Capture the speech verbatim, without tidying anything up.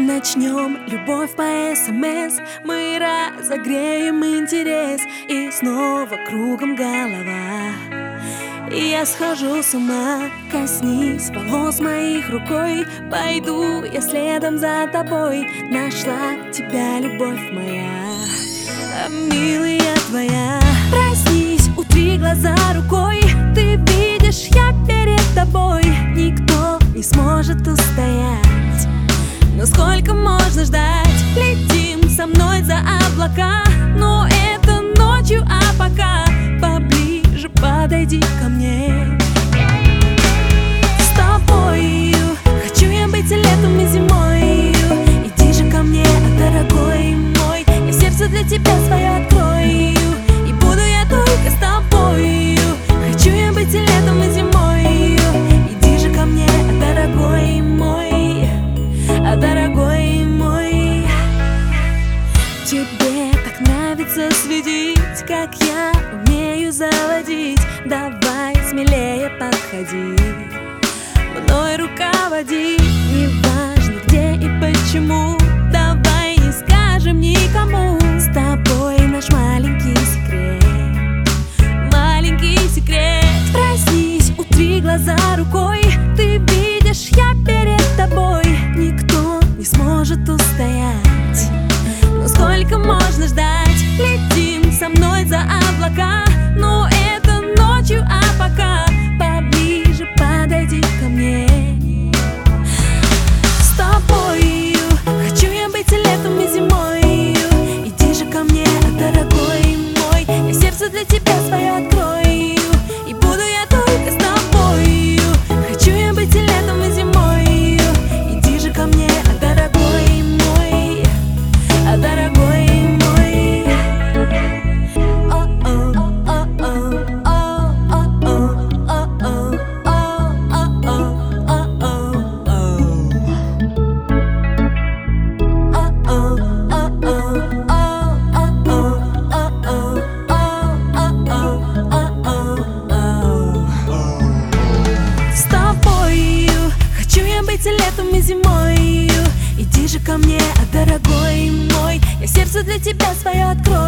начнем любовь по СМС, мы разогреем интерес, и снова кругом голова. И я схожу с ума, коснись волос моих рукой, пойду я следом за тобой. Нашла тебя, любовь моя, а милая твоя. Проснись, утри глаза рукой, ты видишь, я перед тобой. Никто не сможет устоять. Но сколько можно ждать? Летим со мной за облака, но это ночью, а пока поближе подойди ко мне. С тобою хочу я быть летом и зимой. Иди же ко мне, дорогой мой, я сердце для тебя свое открою, и буду я только с тобою. Хочу я быть летом и зимой. Иди же ко мне, дорогой мой, дорогой мой. Тебе так нравится следить, как я умею заводить. Давай смелее подходи, мной руководи. Неважно где и почему, давай не скажем никому. С тобой наш маленький секрет, маленький секрет. Проснись, утри глаза рукой, ты видишь, я перед тобой. Никто не сможет устоять. Но сколько можно ждать? Летим со мной за облака, но это ночью, а пока поближе подойди ко мне. С тобою хочу я быть летом и зимой. Иди же ко мне, дорогой мой, я сердце для тебя свое открою, и буду я только с тобою. Хочу я быть летом и зимой. Иди же ко мне, дорогой мой, дорогой мой. С тобою хочу я быть летом и зимой. Иди же ко мне, дорогой мой, я сердце для тебя свое открою.